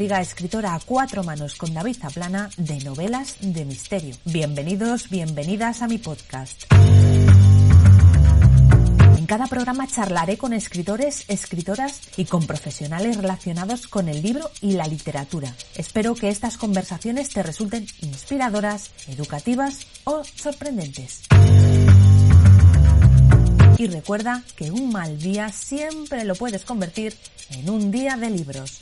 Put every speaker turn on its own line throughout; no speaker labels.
Liga Escritora a cuatro manos con David Zaplana de novelas de misterio. Bienvenidos, bienvenidas a mi podcast. En cada programa charlaré con escritores, escritoras y con profesionales relacionados con el libro y la literatura. Espero que estas conversaciones te resulten inspiradoras, educativas o sorprendentes. Y recuerda que un mal día siempre lo puedes convertir en un día de libros.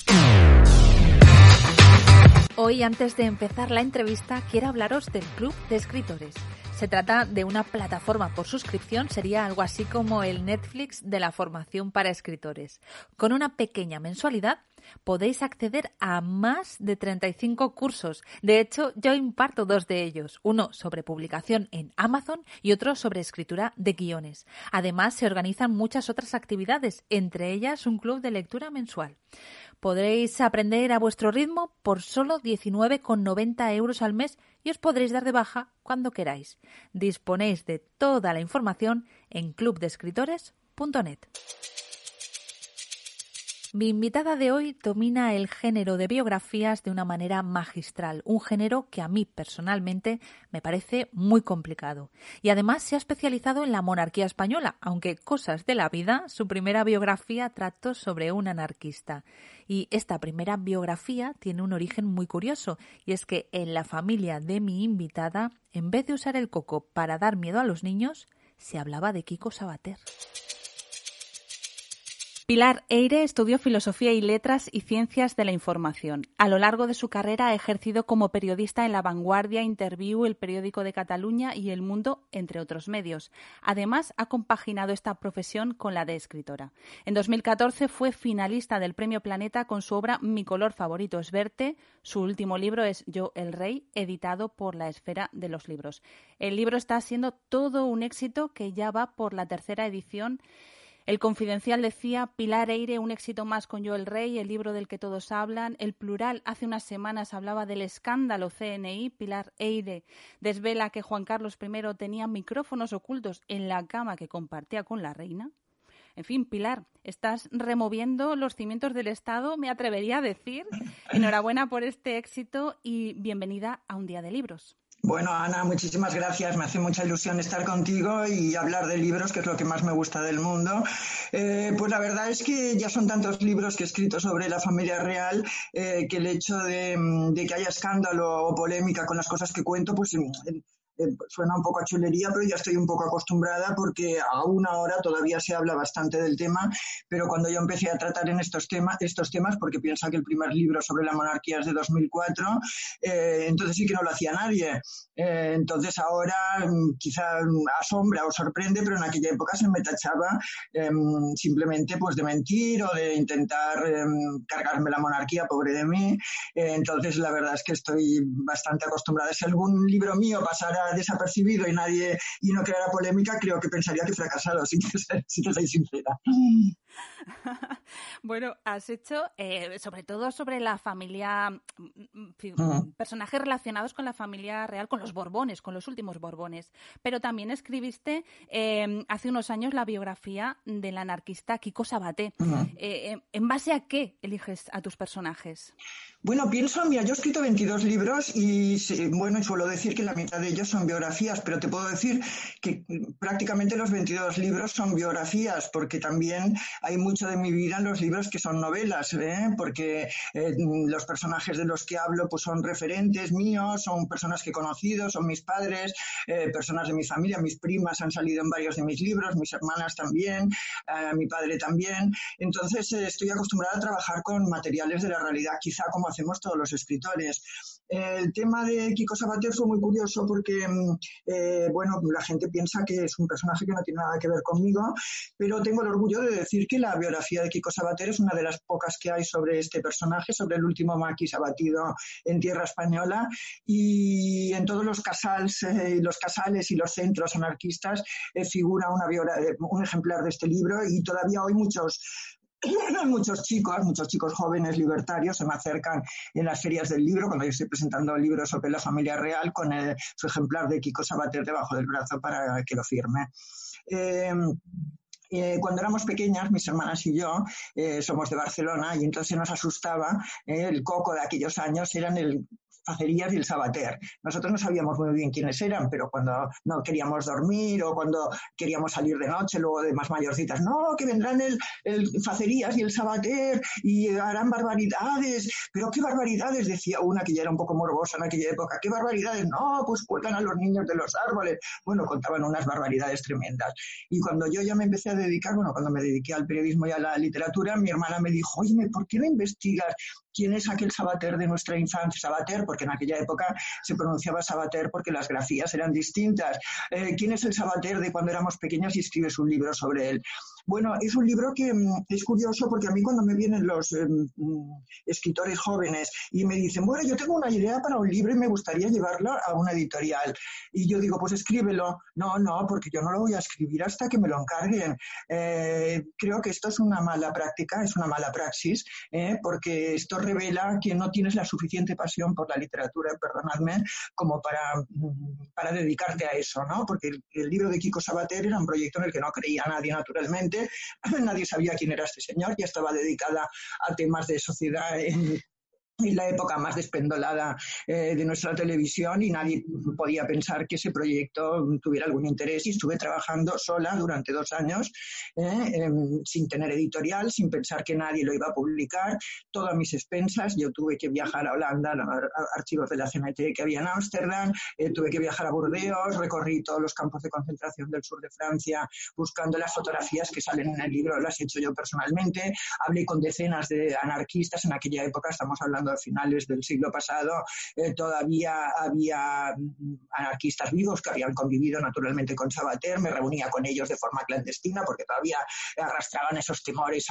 Hoy, antes de empezar la entrevista, quiero hablaros del Club de Escritores. Se trata de una plataforma por suscripción, sería algo así como el Netflix de la formación para escritores. Con una pequeña mensualidad podéis acceder a más de 35 cursos. De hecho, yo imparto 2 de ellos, uno sobre publicación en Amazon y otro sobre escritura de guiones. Además, se organizan muchas otras actividades, entre ellas un club de lectura mensual. Podréis aprender a vuestro ritmo por solo 19,90 € al mes y os podréis dar de baja cuando queráis. Disponéis de toda la información en clubdeescritores.net. Mi invitada de hoy domina el género de biografías de una manera magistral, un género que a mí personalmente me parece muy complicado. Y además se ha especializado en la monarquía española, aunque cosas de la vida, su primera biografía trató sobre un anarquista. Y esta primera biografía tiene un origen muy curioso, y es que en la familia de mi invitada, en vez de usar el coco para dar miedo a los niños, se hablaba de Kiko Sabater. Pilar Eyre estudió Filosofía y Letras y Ciencias de la Información. A lo largo de su carrera ha ejercido como periodista en La Vanguardia, Interviú, El Periódico de Cataluña y El Mundo, entre otros medios. Además, ha compaginado esta profesión con la de escritora. En 2014 fue finalista del Premio Planeta con su obra Mi color favorito es verte. Su último libro es Yo, el rey, editado por La Esfera de los Libros. El libro está siendo todo un éxito que ya va por la 3ª edición. El Confidencial decía: Pilar Eyre, un éxito más con Yo el Rey, el libro del que todos hablan. El Plural hace unas semanas hablaba del escándalo CNI. Pilar Eyre desvela que Juan Carlos I tenía micrófonos ocultos en la cama que compartía con la reina. En fin, Pilar, estás removiendo los cimientos del Estado, me atrevería a decir. Enhorabuena por este éxito y bienvenida a Un Día de Libros.
Bueno, Ana, muchísimas gracias. Me hace mucha ilusión estar contigo y hablar de libros, que es lo que más me gusta del mundo. Pues la verdad es que ya son tantos libros que he escrito sobre la familia real que el hecho de que haya escándalo o polémica con las cosas que cuento, pues suena un poco a chulería, pero ya estoy un poco acostumbrada porque aún ahora todavía se habla bastante del tema, pero cuando yo empecé a tratar en estos temas, porque piensa que el primer libro sobre la monarquía es de 2004, entonces sí que no lo hacía nadie. Entonces ahora quizá asombra o sorprende, pero en aquella época se me tachaba simplemente pues de mentir o de intentar cargarme la monarquía, pobre de mí. Entonces la verdad es que estoy bastante acostumbrada. Si algún libro mío pasara desapercibido y no creara polémica, creo que pensaría que he fracasado, si te soy sincera.
Bueno, has hecho, sobre todo sobre la familia, personajes relacionados con la familia real, con los Borbones, con los últimos Borbones, pero también escribiste hace unos años la biografía del anarquista Kiko Sabater. ¿En base a qué eliges a tus personajes?
Bueno, mira, yo he escrito 22 libros y suelo decir que la mitad de ellos son biografías, pero te puedo decir que prácticamente los 22 libros son biografías, porque también hay mucho de mi vida en los libros que son novelas, porque los personajes de los que hablo pues son referentes míos, son personas que he conocido, son mis padres, personas de mi familia, mis primas han salido en varios de mis libros, mis hermanas también, mi padre también. Entonces estoy acostumbrada a trabajar con materiales de la realidad, quizá como hacemos todos los escritores. El tema de Kiko Sabater fue muy curioso porque, la gente piensa que es un personaje que no tiene nada que ver conmigo, pero tengo el orgullo de decir que la biografía de Kiko Sabater es una de las pocas que hay sobre este personaje, sobre el último maquis abatido en tierra española, y en todos los casals y los centros anarquistas figura un ejemplar de este libro, y todavía hoy muchos chicos jóvenes libertarios se me acercan en las ferias del libro cuando yo estoy presentando libros sobre la familia real con su ejemplar de Kiko Sabater debajo del brazo para que lo firme. Cuando éramos pequeñas, mis hermanas y yo, somos de Barcelona, y entonces nos asustaba, el coco de aquellos años eran el Facerías y el Sabater. Nosotros no sabíamos muy bien quiénes eran, pero cuando no queríamos dormir o cuando queríamos salir de noche, luego de más mayorcitas, no, que vendrán el Facerías y el Sabater y harán barbaridades. Pero qué barbaridades, decía una que ya era un poco morbosa en aquella época, qué barbaridades, no, pues cuelgan a los niños de los árboles. Bueno, contaban unas barbaridades tremendas. Y cuando yo ya me empecé a dedicar, cuando me dediqué al periodismo y a la literatura, mi hermana me dijo, oye, ¿por qué no investigas quién es aquel Sabater de nuestra infancia? Sabater, porque en aquella época se pronunciaba Sabater porque las grafías eran distintas. ¿Quién es el Sabater de cuando éramos pequeñas? Y escribes un libro sobre él. Bueno, es un libro que es curioso porque a mí cuando me vienen los escritores jóvenes y me dicen, bueno, yo tengo una idea para un libro y me gustaría llevarlo a una editorial. Y yo digo, pues escríbelo. No, porque yo no lo voy a escribir hasta que me lo encarguen. Creo que esto es una mala práctica, es una mala praxis, porque esto revela que no tienes la suficiente pasión por la literatura, perdonadme, como para dedicarte a eso, ¿no? Porque el libro de Quico Sabater era un proyecto en el que no creía nadie, naturalmente. Nadie sabía quién era este señor, ya estaba dedicada a temas de sociedad en la época más despendolada de nuestra televisión, y nadie podía pensar que ese proyecto tuviera algún interés, y estuve trabajando sola durante 2 años sin tener editorial, sin pensar que nadie lo iba a publicar, todo a mis expensas. Yo tuve que viajar a Holanda, a los archivos de la CNT que había en Ámsterdam, tuve que viajar a Burdeos, recorrí todos los campos de concentración del sur de Francia buscando las fotografías que salen en el libro, las he hecho yo personalmente, hablé con decenas de anarquistas. En aquella época, estamos hablando a finales del siglo pasado, todavía había anarquistas vivos que habían convivido naturalmente con Sabater. Me reunía con ellos de forma clandestina porque todavía arrastraban esos temores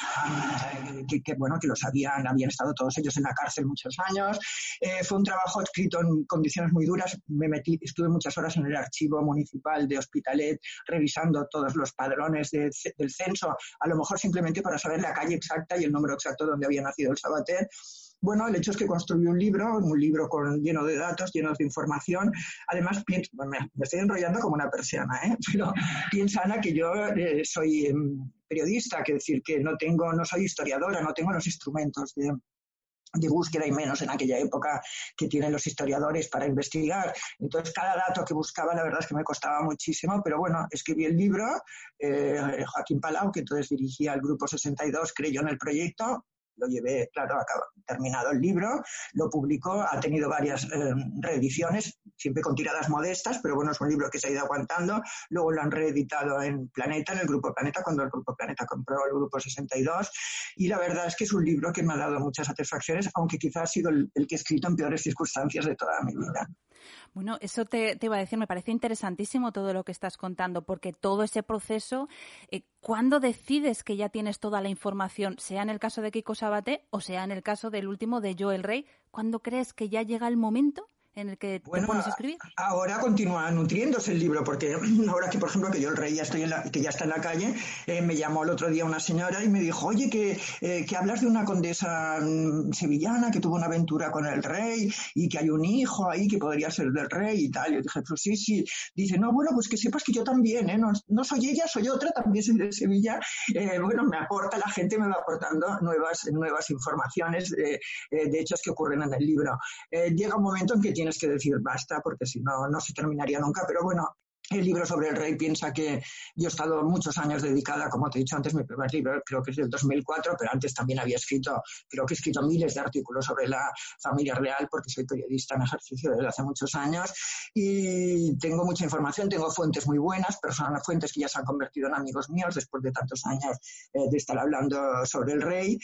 que los habían estado todos ellos en la cárcel muchos años. Fue un trabajo escrito en condiciones muy duras. Estuve muchas horas en el archivo municipal de Hospitalet revisando todos los padrones del censo, a lo mejor simplemente para saber la calle exacta y el número exacto donde había nacido el Sabater. Bueno, el hecho es que construí un libro lleno de datos, lleno de información. Además, me estoy enrollando como una persiana, pero piensa, Ana, que yo soy periodista, que decir que no soy historiadora, no tengo los instrumentos de búsqueda, y menos en aquella época que tienen los historiadores para investigar. Entonces, cada dato que buscaba, la verdad es que me costaba muchísimo, pero bueno, escribí el libro. Joaquín Palau, que entonces dirigía el Grupo 62, creyó en el proyecto. Lo llevé, claro, terminado el libro, lo publicó, ha tenido varias reediciones, siempre con tiradas modestas, pero bueno, es un libro que se ha ido aguantando. Luego lo han reeditado en Planeta, en el Grupo Planeta, cuando el Grupo Planeta compró el Grupo 62, y la verdad es que es un libro que me ha dado muchas satisfacciones, aunque quizás ha sido el que he escrito en peores circunstancias de toda mi vida.
Bueno, eso te iba a decir, me parece interesantísimo todo lo que estás contando, porque todo ese proceso, ¿cuándo decides que ya tienes toda la información, sea en el caso de Quico Sabater o sea en el caso del último de Yo el Rey? ¿Cuándo crees que ya llega el momento en el que te pones a escribir?
Ahora continúa nutriéndose el libro, porque ahora que, por ejemplo, que Yo el Rey que ya está en la calle, me llamó el otro día una señora y me dijo, oye, que hablas de una condesa sevillana que tuvo una aventura con el rey y que hay un hijo ahí que podría ser del rey y tal. Yo dije, pues sí. Dice, no, bueno, pues que sepas que yo también, no soy ella, soy otra, también soy de Sevilla. Me aporta, la gente me va aportando nuevas informaciones de hechos que ocurren en el libro. Llega un momento en que tienes que decir basta, porque si no, no se terminaría nunca, pero bueno. El libro sobre el rey piensa que yo he estado muchos años dedicada, como te he dicho antes, mi primer libro creo que es del 2004, pero antes también he escrito miles de artículos sobre la familia real, porque soy periodista en ejercicio desde hace muchos años y tengo mucha información, tengo fuentes muy buenas, fuentes que ya se han convertido en amigos míos después de tantos años de estar hablando sobre el rey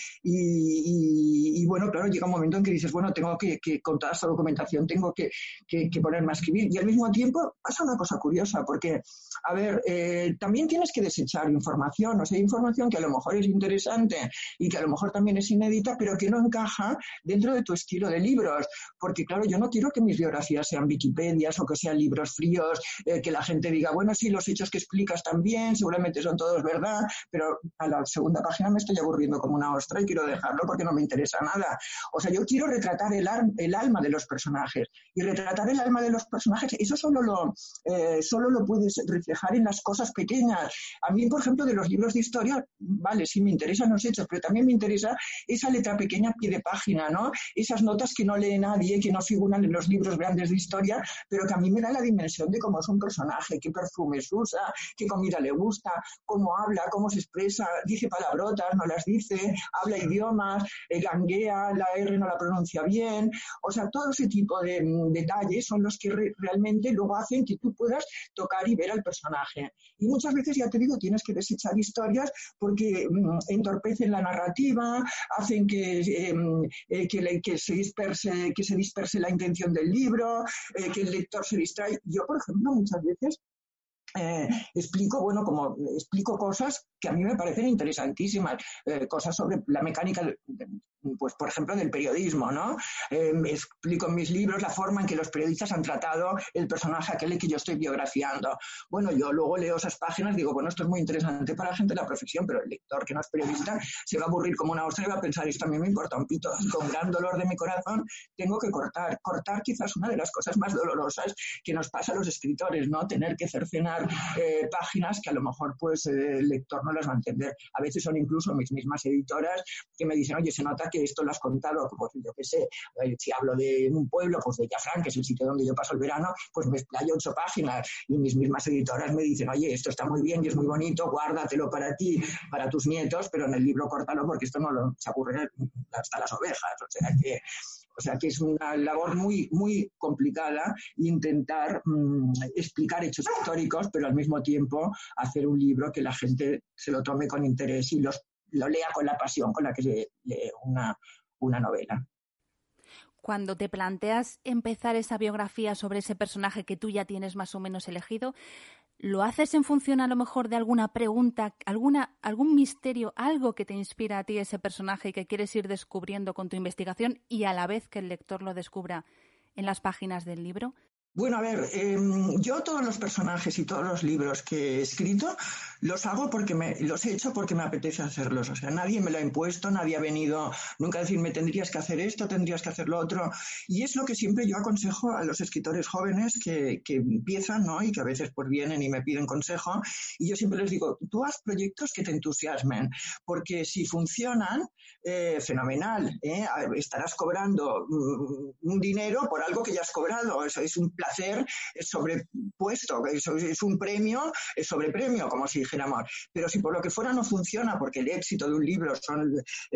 y bueno, claro, llega un momento en que dices, bueno, tengo que con toda esta documentación tengo que ponerme a escribir, y al mismo tiempo pasa una cosa curiosa, porque, a ver, también tienes que desechar información, o sea, información que a lo mejor es interesante y que a lo mejor también es inédita, pero que no encaja dentro de tu estilo de libros, porque claro, yo no quiero que mis biografías sean Wikipedias o que sean libros fríos, que la gente diga, bueno, sí, los hechos que explicas también, seguramente son todos verdad, pero a la segunda página me estoy aburriendo como una ostra y quiero dejarlo porque no me interesa nada. O sea, yo quiero retratar el alma de los personajes, y retratar el alma de los personajes, eso solo solo lo puedes reflejar en las cosas pequeñas. A mí, por ejemplo, de los libros de historia, vale, sí me interesan los hechos, pero también me interesa esa letra pequeña a pie de página, ¿no? Esas notas que no lee nadie, que no figuran en los libros grandes de historia, pero que a mí me da la dimensión de cómo es un personaje, qué perfumes usa, qué comida le gusta, cómo habla, cómo se expresa, dice palabrotas, no las dice, habla idiomas, ganguea, la R no la pronuncia bien. O sea, todo ese tipo de detalles son los que realmente luego hacen que tú puedas tocar y ver al personaje. Y muchas veces, ya te digo, tienes que desechar historias porque entorpecen la narrativa, hacen que se disperse la intención del libro, que el lector se distrae. Yo, por ejemplo, muchas veces explico cosas que a mí me parecen interesantísimas, cosas sobre la mecánica, pues por ejemplo, del periodismo, ¿no? Explico en mis libros la forma en que los periodistas han tratado el personaje aquel que yo estoy biografiando. Bueno, yo luego leo esas páginas y digo, bueno, esto es muy interesante para la gente de la profesión, pero el lector que no es periodista se va a aburrir como una ostra y va a pensar, esto a mí me importa un pito. Con gran dolor de mi corazón tengo que cortar quizás una de las cosas más dolorosas que nos pasa a los escritores, ¿no? Tener que cercenar páginas que a lo mejor pues el lector no las va a entender. A veces son incluso mis mismas editoras que me dicen, oye, se nota que esto lo has contado, pues yo qué sé, si hablo de un pueblo, pues de Llafranc, que es el sitio donde yo paso el verano, pues me explayo 8 páginas y mis mismas editoras me dicen, oye, esto está muy bien y es muy bonito, guárdatelo para ti, para tus nietos, pero en el libro córtalo porque esto se aburre hasta las ovejas. O sea que es una labor muy, muy complicada intentar explicar hechos históricos, pero al mismo tiempo hacer un libro que la gente se lo tome con interés y lo lea con la pasión con la que se lee una novela.
Cuando te planteas empezar esa biografía sobre ese personaje que tú ya tienes más o menos elegido, ¿lo haces en función a lo mejor de alguna pregunta, algún misterio, algo que te inspira a ti ese personaje y que quieres ir descubriendo con tu investigación y a la vez que el lector lo descubra en las páginas del libro?
Bueno, a ver, yo todos los personajes y todos los libros que he escrito los hago los he hecho porque me apetece hacerlos. O sea, nadie me lo ha impuesto, nadie ha venido nunca a decirme tendrías que hacer esto, tendrías que hacer lo otro. Y es lo que siempre yo aconsejo a los escritores jóvenes que empiezan, ¿no? Y que a veces pues vienen y me piden consejo. Y yo siempre les digo, tú haz proyectos que te entusiasmen, porque si funcionan, fenomenal, estarás cobrando un dinero por algo que ya has cobrado. Eso es un placer sobrepuesto, es un premio sobre premio, como si dijéramos. Pero si por lo que fuera no funciona, porque el éxito de un libro son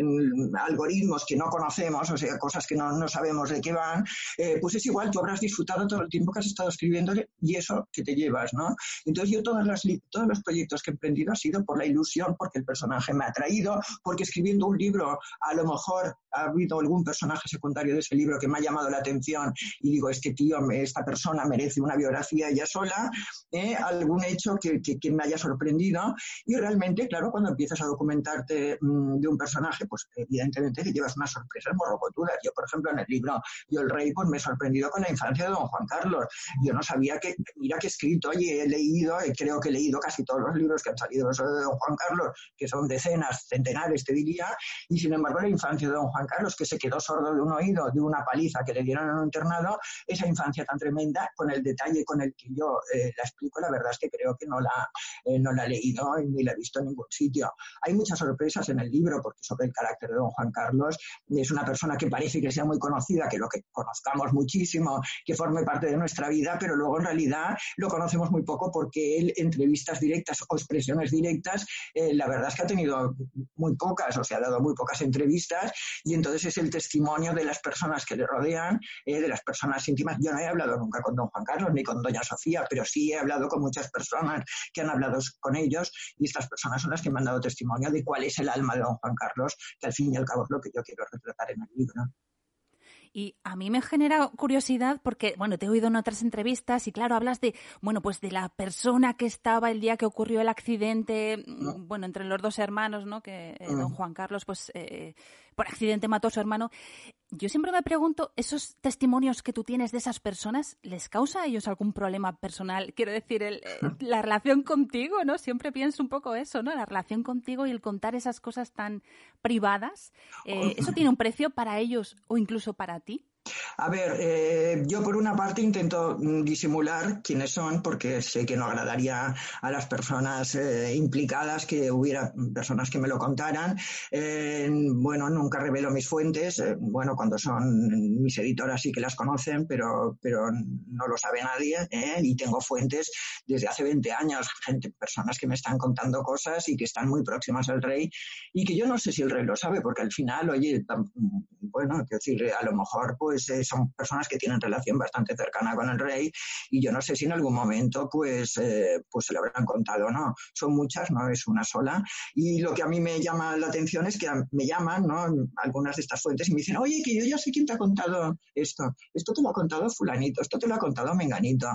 algoritmos que no conocemos, o sea, cosas que no sabemos de qué van, pues es igual, tú habrás disfrutado todo el tiempo que has estado escribiéndole y eso que te llevas, ¿no? Entonces yo todos los proyectos que he emprendido ha sido por la ilusión, porque el personaje me ha atraído, porque escribiendo un libro a lo mejor ha habido algún personaje secundario de ese libro que me ha llamado la atención y digo, este tío, esta persona merece una biografía ella sola, algún hecho que me haya sorprendido, y realmente, claro, cuando empiezas a documentarte de un personaje, pues evidentemente te llevas unas sorpresas morrocotudas. Yo, por ejemplo, en el libro Yo el Rey, pues me he sorprendido con la infancia de don Juan Carlos. Yo no sabía mira que he escrito, oye, creo que he leído casi todos los libros que han salido sobre don Juan Carlos, que son decenas, centenares, te diría, y sin embargo la infancia de don Juan Carlos, que se quedó sordo de un oído de una paliza que le dieron en un internado, esa infancia tan tremenda, con el detalle con el que yo la explico, la verdad es que creo que no la he leído ni la he visto en ningún sitio. Hay muchas sorpresas en el libro, porque sobre el carácter de don Juan Carlos es una persona que parece que sea muy conocida, que lo que conozcamos muchísimo, que forme parte de nuestra vida, pero luego en realidad lo conocemos muy poco porque él, entrevistas directas o expresiones directas, la verdad es que ha tenido muy pocas, o sea, ha dado muy pocas entrevistas, y entonces es el testimonio de las personas que le rodean, de las personas íntimas. Yo no he hablado nunca con don Juan Carlos ni con doña Sofía, pero sí he hablado con muchas personas que han hablado con ellos, y estas personas son las que me han dado testimonio de cuál es el alma de don Juan Carlos, que al fin y al cabo es lo que yo quiero retratar en el libro.
Y a mí me genera curiosidad porque, bueno, te he oído en otras entrevistas y claro, hablas de, bueno, pues de la persona que estaba el día que ocurrió el accidente, bueno, entre los dos hermanos, ¿no? Que don Juan Carlos, pues, por accidente mató a su hermano. Yo siempre me pregunto, ¿esos testimonios que tú tienes de esas personas, les causa a ellos algún problema personal? Quiero decir, la relación contigo, ¿no? Siempre pienso un poco eso, ¿no? La relación contigo y el contar esas cosas tan privadas, ¿eso tiene un precio para ellos o incluso para ti?
A ver, yo por una parte intento disimular quiénes son, porque sé que no agradaría a las personas implicadas que hubiera personas que me lo contaran. Bueno, nunca revelo mis fuentes. Bueno, cuando son mis editoras sí que las conocen, pero no lo sabe nadie. Y tengo fuentes desde hace 20 años, personas que me están contando cosas y que están muy próximas al rey y que yo no sé si el rey lo sabe, porque al final, oye, bueno, quiero decir, a lo mejor pues son personas que tienen relación bastante cercana con el rey y yo no sé si en algún momento pues se lo habrán contado, ¿no? Son muchas, no es una sola. Y lo que a mí me llama la atención es que me llaman, ¿no?, algunas de estas fuentes y me dicen, oye, que yo ya sé quién te ha contado esto te lo ha contado fulanito, esto te lo ha contado menganito.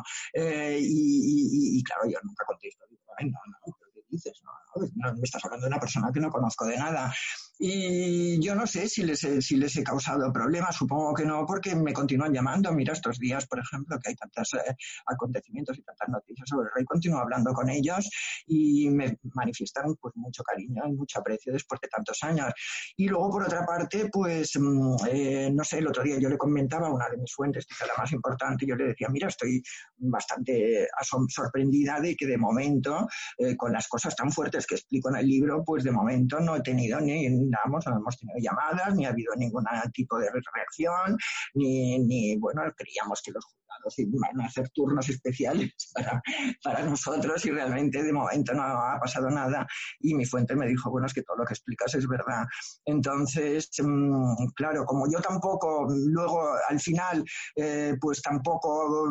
Y claro, yo nunca contesto, digo, ay, no, ¿qué dices? No, me estás hablando de una persona que no conozco de nada. Y yo no sé si les he causado problemas, supongo que no, porque me continúan llamando. Mira, estos días, por ejemplo, que hay tantos acontecimientos y tantas noticias sobre el rey, continúo hablando con ellos y me manifiestan pues mucho cariño y mucho aprecio después de tantos años. Y luego, por otra parte, pues, no sé, el otro día yo le comentaba a una de mis fuentes, que era la más importante, yo le decía, mira, estoy bastante sorprendida de que de momento, con las cosas tan fuertes que explico en el libro, pues de momento no he tenido no hemos tenido llamadas, ni ha habido ningún tipo de reacción, ni bueno, creíamos que los juzgados iban a hacer turnos especiales para nosotros y realmente de momento no ha pasado nada. Y mi fuente me dijo, bueno, es que todo lo que explicas es verdad. Entonces, claro, como yo tampoco, luego al final, pues tampoco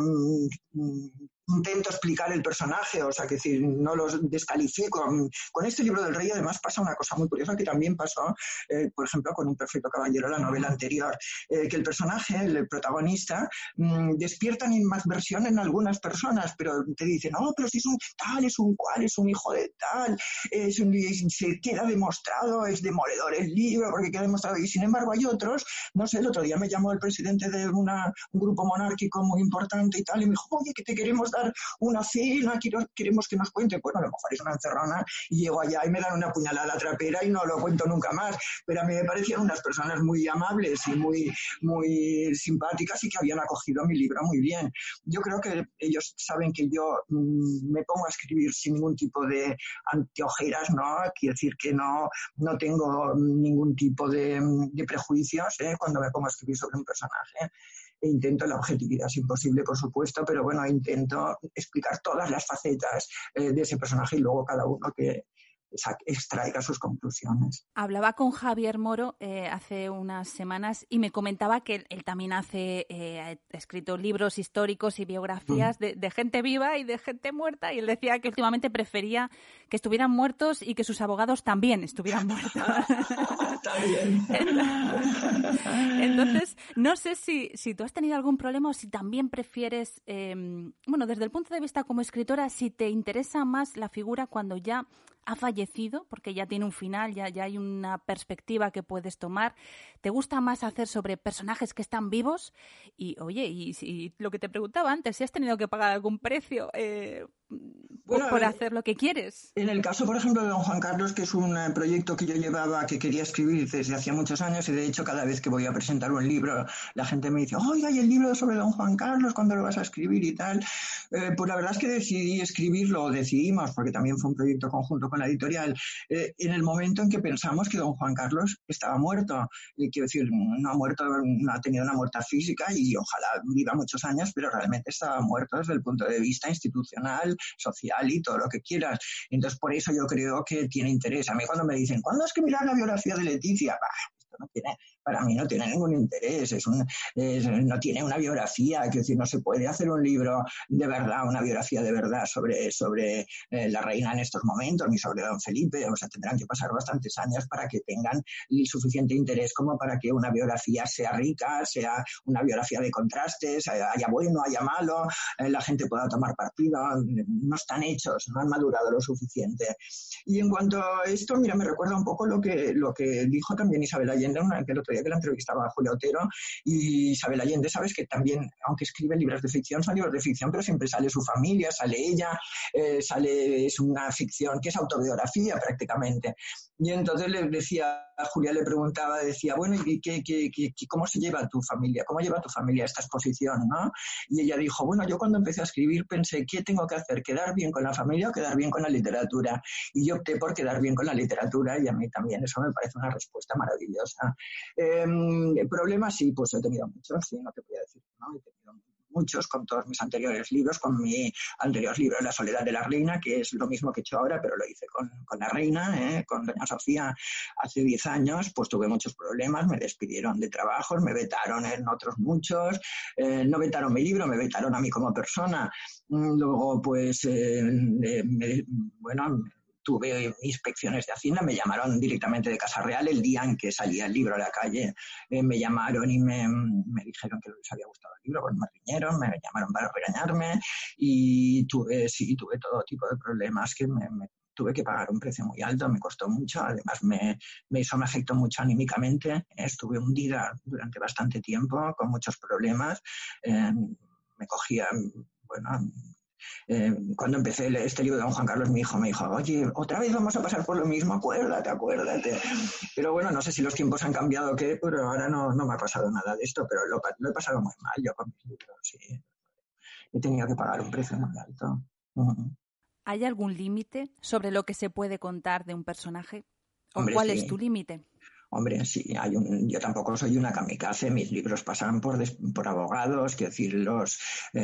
intento explicar el personaje, o sea, que decir, no los descalifico. Con este libro del rey además pasa una cosa muy curiosa que también pasó, por ejemplo, con Un perfecto caballero, la novela anterior, que el personaje, el protagonista, despierta animadversión en algunas personas, pero te dicen, no, pero si es un tal, es un cual, es un hijo de tal, se queda demostrado, es demoledor el libro, porque queda demostrado. Y sin embargo hay otros, no sé, el otro día me llamó el presidente de un grupo monárquico muy importante y tal, y me dijo, oye, que te queremos dar una cena, queremos que nos cuente. Bueno, a lo mejor es una encerrona y llego allá y me dan una puñalada trapera y no lo cuento nunca más, pero a mí me parecían unas personas muy amables y muy simpáticas y que habían acogido mi libro muy bien. Yo creo que ellos saben que yo me pongo a escribir sin ningún tipo de anteojeras, ¿no? Quiero decir que no tengo ningún tipo de prejuicios cuando me pongo a escribir sobre un personaje. Intento, la objetividad es imposible, por supuesto, pero bueno, intento explicar todas las facetas de ese personaje y luego cada uno que extraiga sus conclusiones.
Hablaba con Javier Moro hace unas semanas y me comentaba que él también ha escrito libros históricos y biografías de gente viva y de gente muerta, y él decía que últimamente prefería que estuvieran muertos y que sus abogados también estuvieran muertos.
Está bien.
Entonces, no sé si tú has tenido algún problema o si también prefieres, bueno, desde el punto de vista como escritora, si te interesa más la figura cuando ya ha fallecido, porque ya tiene un final, ya hay una perspectiva que puedes tomar. ¿Te gusta más hacer sobre personajes que están vivos? Y, oye, y lo que te preguntaba antes, si has tenido que pagar algún precio por hacer lo que quieres.
En el caso, por ejemplo, de Don Juan Carlos, que es un proyecto que yo llevaba, que quería escribir desde hacía muchos años, y de hecho cada vez que voy a presentar un libro, la gente me dice, oiga, ¿y el libro sobre Don Juan Carlos, cuándo lo vas a escribir y tal? Pues la verdad es que decidimos, porque también fue un proyecto conjunto con la editorial, en el momento en que pensamos que Don Juan Carlos estaba muerto. Y quiero decir, no ha muerto, no ha tenido una muerte física y ojalá viva muchos años, pero realmente estaba muerto desde el punto de vista institucional, social y todo lo que quieras. Entonces, por eso yo creo que tiene interés. A mí cuando me dicen, ¿cuándo escribirás la biografía de Leticia? Esto no tiene, para mí no tiene ningún interés, no tiene una biografía, quiero decir, no se puede hacer un libro de verdad, una biografía de verdad sobre la reina en estos momentos, ni sobre don Felipe. O sea, tendrán que pasar bastantes años para que tengan el suficiente interés como para que una biografía sea rica, sea una biografía de contrastes, haya bueno, haya malo, la gente pueda tomar partido. No están hechos, no han madurado lo suficiente. Y en cuanto a esto, mira, me recuerda un poco lo que dijo también Isabel Allende, que el otro día que la entrevistaba a Julia Otero. Y Isabel Allende, sabes que también, aunque escribe libros de ficción, son libros de ficción, pero siempre sale su familia, sale ella, es una ficción que es autobiografía prácticamente. Y entonces les decía Julia le preguntaba, decía, bueno, ¿y cómo se lleva tu familia? ¿Cómo lleva tu familia esta exposición, no? Y ella dijo, bueno, yo cuando empecé a escribir pensé, ¿qué tengo que hacer? ¿Quedar bien con la familia o quedar bien con la literatura? Y yo opté por quedar bien con la literatura, y a mí también eso me parece una respuesta maravillosa. Problemas sí, pues he tenido muchos, sí, no te voy a decir, ¿no? He tenido muchos con todos mis anteriores libros, con mi anterior libro La soledad de la reina, que es lo mismo que he hecho ahora, pero lo hice con la reina, con doña Sofía hace 10 años, pues tuve muchos problemas, me despidieron de trabajos, me vetaron en otros muchos, no vetaron mi libro, me vetaron a mí como persona. Luego, pues, tuve inspecciones de Hacienda, me llamaron directamente de Casa Real el día en que salía el libro a la calle, me llamaron y me dijeron que les había gustado el libro, pues me riñeron, me llamaron para regañarme y tuve todo tipo de problemas que me tuve que pagar un precio muy alto, me costó mucho, además me afectó mucho anímicamente, estuve hundida durante bastante tiempo con muchos problemas, me cogía, cuando empecé este libro de don Juan Carlos, mi hijo me dijo, oye, otra vez vamos a pasar por lo mismo, acuérdate. Pero bueno, no sé si los tiempos han cambiado o qué, pero ahora no me ha pasado nada de esto, pero lo he pasado muy mal yo con mis libros, sí. He tenido que pagar un precio muy alto.
¿Hay algún límite sobre lo que se puede contar de un personaje? ¿O
Hombre,
cuál
sí.
es tu límite?
Hombre, sí, yo tampoco soy una kamikaze, mis libros pasan por abogados, quiero decir, los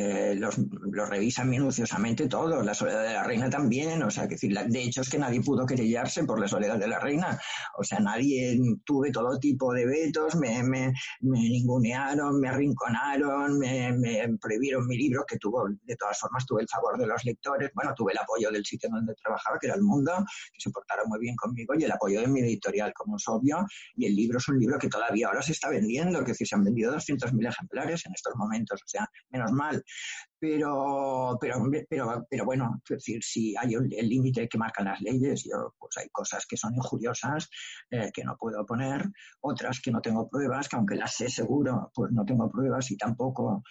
revisan minuciosamente todos, La soledad de la reina también, o sea, quiero decir, de hecho es que nadie pudo querellarse por La soledad de la reina, o sea, tuve todo tipo de vetos, me ningunearon, me arrinconaron, me prohibieron mi libro, que de todas formas tuve el favor de los lectores, bueno, tuve el apoyo del sitio donde trabajaba, que era El Mundo, que se portaron muy bien conmigo, y el apoyo de mi editorial, como es obvio. Y el libro es un libro que todavía ahora se está vendiendo, que se han vendido 200.000 ejemplares en estos momentos, o sea, menos mal. Pero bueno, es decir, si hay el límite que marcan las leyes, pues hay cosas que son injuriosas que no puedo poner, otras que no tengo pruebas, que aunque las sé seguro, pues no tengo pruebas y tampoco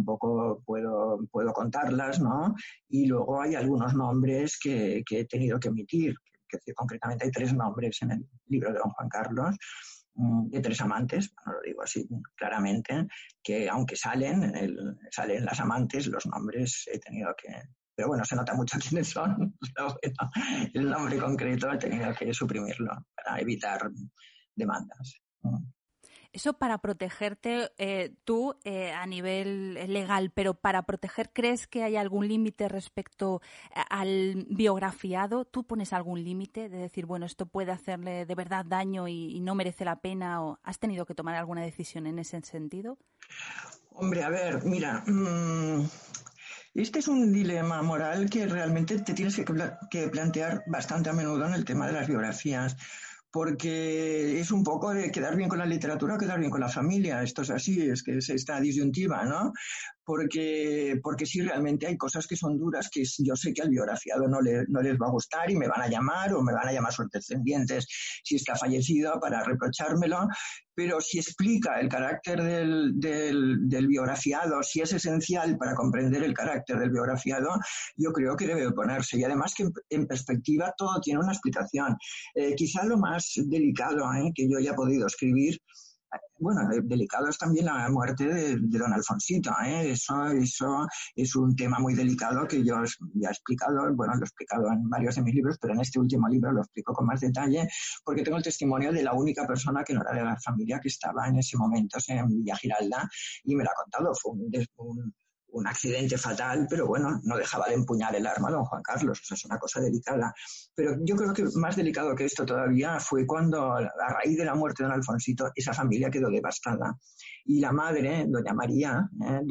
puedo contarlas, ¿no? Y luego hay algunos nombres que he tenido que omitir, que concretamente hay 3 nombres en el libro de don Juan Carlos, de 3 amantes, no lo digo así claramente, que aunque salen las amantes, los nombres he tenido que... Pero bueno, se nota mucho quiénes son, pero bueno, el nombre concreto he tenido que suprimirlo para evitar demandas.
Eso para protegerte tú a nivel legal, pero para proteger, ¿crees que hay algún límite respecto al biografiado? ¿Tú pones algún límite de decir, bueno, esto puede hacerle de verdad daño y no merece la pena? ¿O has tenido que tomar alguna decisión en ese sentido?
Hombre, a ver, mira, este es un dilema moral que realmente te tienes que plantear bastante a menudo en el tema de las biografías, porque es un poco de quedar bien con la literatura o quedar bien con la familia. Esto es así, es que es esta disyuntiva, ¿no? Porque sí, realmente hay cosas que son duras que yo sé que al biografiado no les va a gustar y me van a llamar o me van a llamar sus descendientes si está fallecido para reprochármelo, pero si explica el carácter del biografiado, si es esencial para comprender el carácter del biografiado, yo creo que debe ponerse. Y además que en perspectiva todo tiene una explicación. Quizá lo más delicado que yo haya podido escribir, bueno, delicado es también la muerte de don Alfonsito, Eso es un tema muy delicado que yo ya he explicado, bueno, lo he explicado en varios de mis libros, pero en este último libro lo explico con más detalle, porque tengo el testimonio de la única persona que no era de la familia que estaba en ese momento en Villa Giralda, y me lo ha contado. Fue un accidente fatal, pero bueno, no dejaba de empuñar el arma don Juan Carlos, o sea, es una cosa delicada. Pero yo creo que más delicado que esto todavía fue cuando, a raíz de la muerte de don Alfonsito, esa familia quedó devastada. Y la madre, doña María,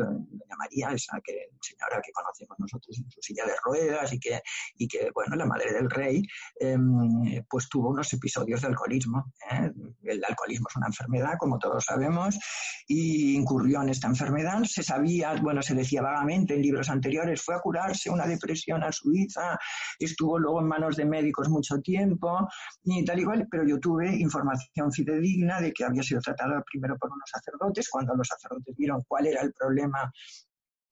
esa señora que conocemos nosotros en su silla de ruedas y que bueno, la madre del rey, pues tuvo unos episodios de alcoholismo. El alcoholismo es una enfermedad, como todos sabemos, y incurrió en esta enfermedad. Se sabía, bueno, se decía vagamente en libros anteriores, fue a curarse una depresión a Suiza, estuvo luego en manos de médicos mucho tiempo y tal igual, pero yo tuve información fidedigna de que había sido tratada primero por unos sacerdotes. Cuando los sacerdotes vieron cuál era el problema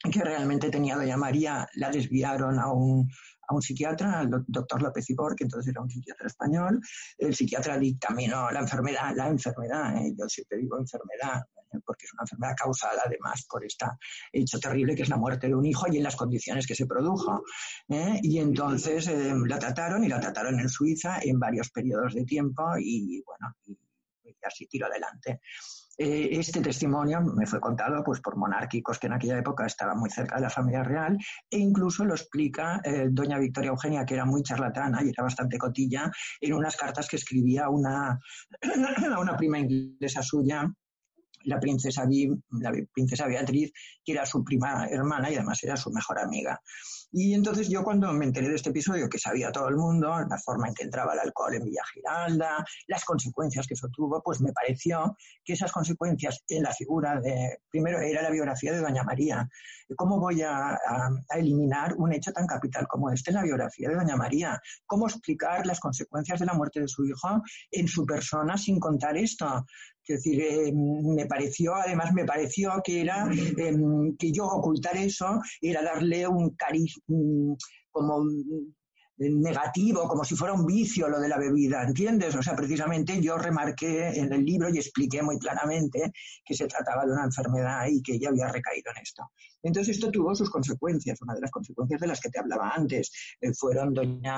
que realmente tenía doña María, la desviaron a un psiquiatra, al doctor López Ibor, que entonces era un psiquiatra español. El psiquiatra dictaminó la enfermedad, yo siempre digo enfermedad, porque es una enfermedad causada además por este hecho terrible que es la muerte de un hijo y en las condiciones que se produjo. Y entonces la trataron en Suiza en varios periodos de tiempo y bueno, y así tiró adelante. Este testimonio me fue contado pues, por monárquicos que en aquella época estaban muy cerca de la familia real, e incluso lo explica doña Victoria Eugenia, que era muy charlatana y era bastante cotilla, en unas cartas que escribía a una prima inglesa suya, la princesa Beatriz, que era su prima hermana y además era su mejor amiga. Y entonces yo cuando me enteré de este episodio, que sabía todo el mundo, la forma en que entraba el alcohol en Villa Giralda, las consecuencias que eso tuvo, pues me pareció que esas consecuencias en la figura de, primero era la biografía de doña María. ¿Cómo voy a eliminar un hecho tan capital como este en la biografía de doña María? ¿Cómo explicar las consecuencias de la muerte de su hijo en su persona sin contar esto? Es decir, me pareció que era que yo ocultar eso era darle un cariz como negativo, como si fuera un vicio lo de la bebida, ¿entiendes? O sea, precisamente yo remarqué en el libro y expliqué muy claramente que se trataba de una enfermedad y que ella había recaído en esto. Entonces esto tuvo sus consecuencias. Una de las consecuencias de las que te hablaba antes fueron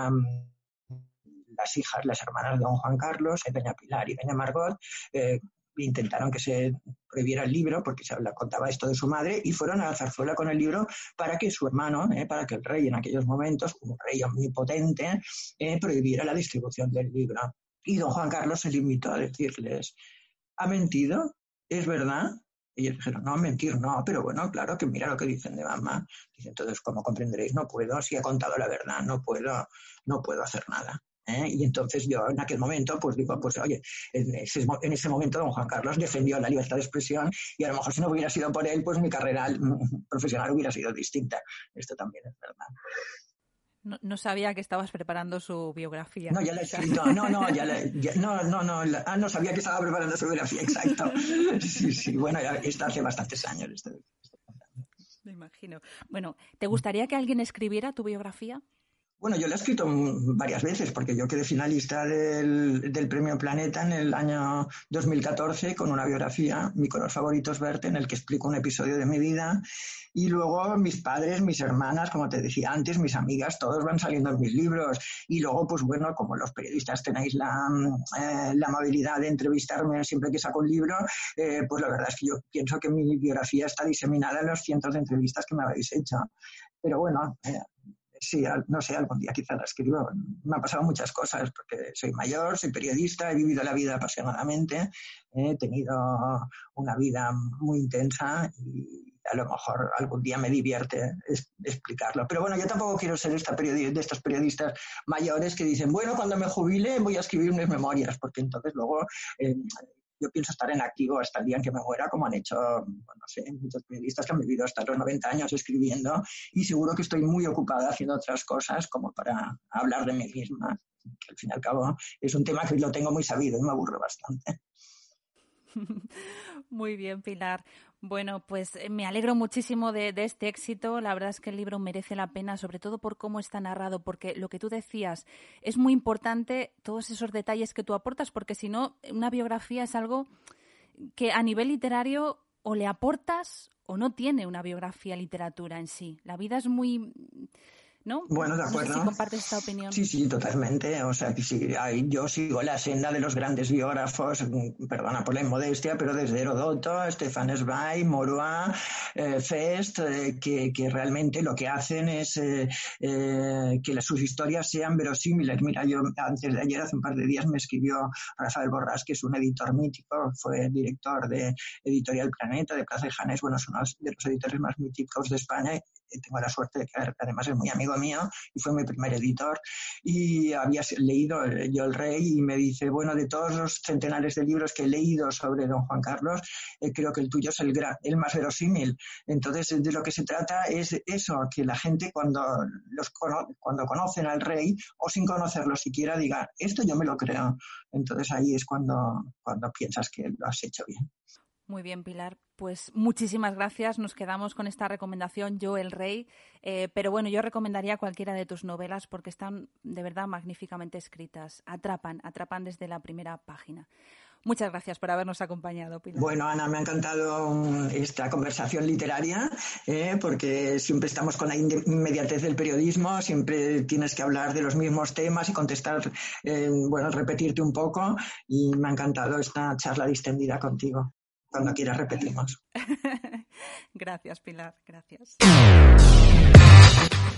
las hijas, las hermanas de don Juan Carlos, doña Pilar y doña Margot, intentaron que se prohibiera el libro porque se contaba esto de su madre y fueron a la zarzuela con el libro para que su hermano, para que el rey en aquellos momentos, un rey omnipotente, prohibiera la distribución del libro. Y don Juan Carlos se limitó a decirles, ¿ha mentido? ¿Es verdad? Y ellos dijeron, no, mentir no, pero bueno, claro que mira lo que dicen de mamá. Dice, entonces, como comprenderéis, no puedo, si ha contado la verdad, no puedo hacer nada. Y entonces yo en aquel momento pues digo, pues oye, en ese momento don Juan Carlos defendió la libertad de expresión y a lo mejor si no hubiera sido por él, pues mi carrera profesional hubiera sido distinta. Esto también es verdad.
No sabía que estabas preparando su biografía.
No, ya la he escrito. No sabía que estaba preparando su biografía, exacto. Sí, bueno, está hace bastantes años.
Me imagino. Bueno, ¿te gustaría que alguien escribiera tu biografía?
Bueno, yo la he escrito varias veces porque yo quedé finalista del Premio Planeta en el año 2014 con una biografía, Mi color favorito es verte, en el que explico un episodio de mi vida y luego mis padres, mis hermanas, como te decía antes, mis amigas, todos van saliendo en mis libros y luego, pues bueno, como los periodistas tenéis la amabilidad de entrevistarme siempre que saco un libro, pues la verdad es que yo pienso que mi biografía está diseminada en los cientos de entrevistas que me habéis hecho. Pero bueno... Sí, no sé, algún día quizá la escribo. Me han pasado muchas cosas porque soy mayor, soy periodista, he vivido la vida apasionadamente, he tenido una vida muy intensa y a lo mejor algún día me divierte explicarlo. Pero bueno, yo tampoco quiero ser de estos periodistas mayores que dicen, bueno, cuando me jubile voy a escribir mis memorias, porque entonces luego... yo pienso estar en activo hasta el día en que me muera, como han hecho, no sé, muchos periodistas que han vivido hasta los 90 años escribiendo, y seguro que estoy muy ocupada haciendo otras cosas como para hablar de mí misma, que al fin y al cabo es un tema que lo tengo muy sabido y me aburre bastante.
Muy bien, Pilar. Bueno, pues me alegro muchísimo de este éxito. La verdad es que el libro merece la pena, sobre todo por cómo está narrado, porque lo que tú decías es muy importante, todos esos detalles que tú aportas, porque si no, una biografía es algo que a nivel literario o le aportas o no tiene una biografía literatura en sí. La vida es muy... ¿no?
Bueno, de acuerdo.
No sé si compartes esta opinión.
Sí, totalmente. O sea, que sí, yo sigo la senda de los grandes biógrafos, perdona por la inmodestia, pero desde Herodoto, Stefan Zweig, Morois, Fest, que realmente lo que hacen es que sus historias sean verosímiles. Mira, yo antes de ayer, hace un par de días, me escribió Rafael Borrás, que es un editor mítico, fue director de Editorial Planeta, de Plaza de Janés, bueno, son uno de los editores más míticos de España. Tengo la suerte de que además es muy amigo mío y fue mi primer editor y había leído Yo el Rey y me dice, bueno, de todos los centenares de libros que he leído sobre don Juan Carlos, creo que el tuyo es el más verosímil. Entonces, de lo que se trata es eso, que la gente cuando conocen al rey o sin conocerlo siquiera diga, esto yo me lo creo. Entonces ahí es cuando piensas que lo has hecho bien.
Muy bien, Pilar. Pues muchísimas gracias. Nos quedamos con esta recomendación, Yo, el Rey. Pero bueno, yo recomendaría cualquiera de tus novelas porque están de verdad magníficamente escritas. Atrapan desde la primera página. Muchas gracias por habernos acompañado, Pilar.
Bueno, Ana, me ha encantado esta conversación literaria, porque siempre estamos con la inmediatez del periodismo, siempre tienes que hablar de los mismos temas y contestar, repetirte un poco, y me ha encantado esta charla distendida contigo. Cuando quieras repetimos.
Gracias, Pilar. Gracias.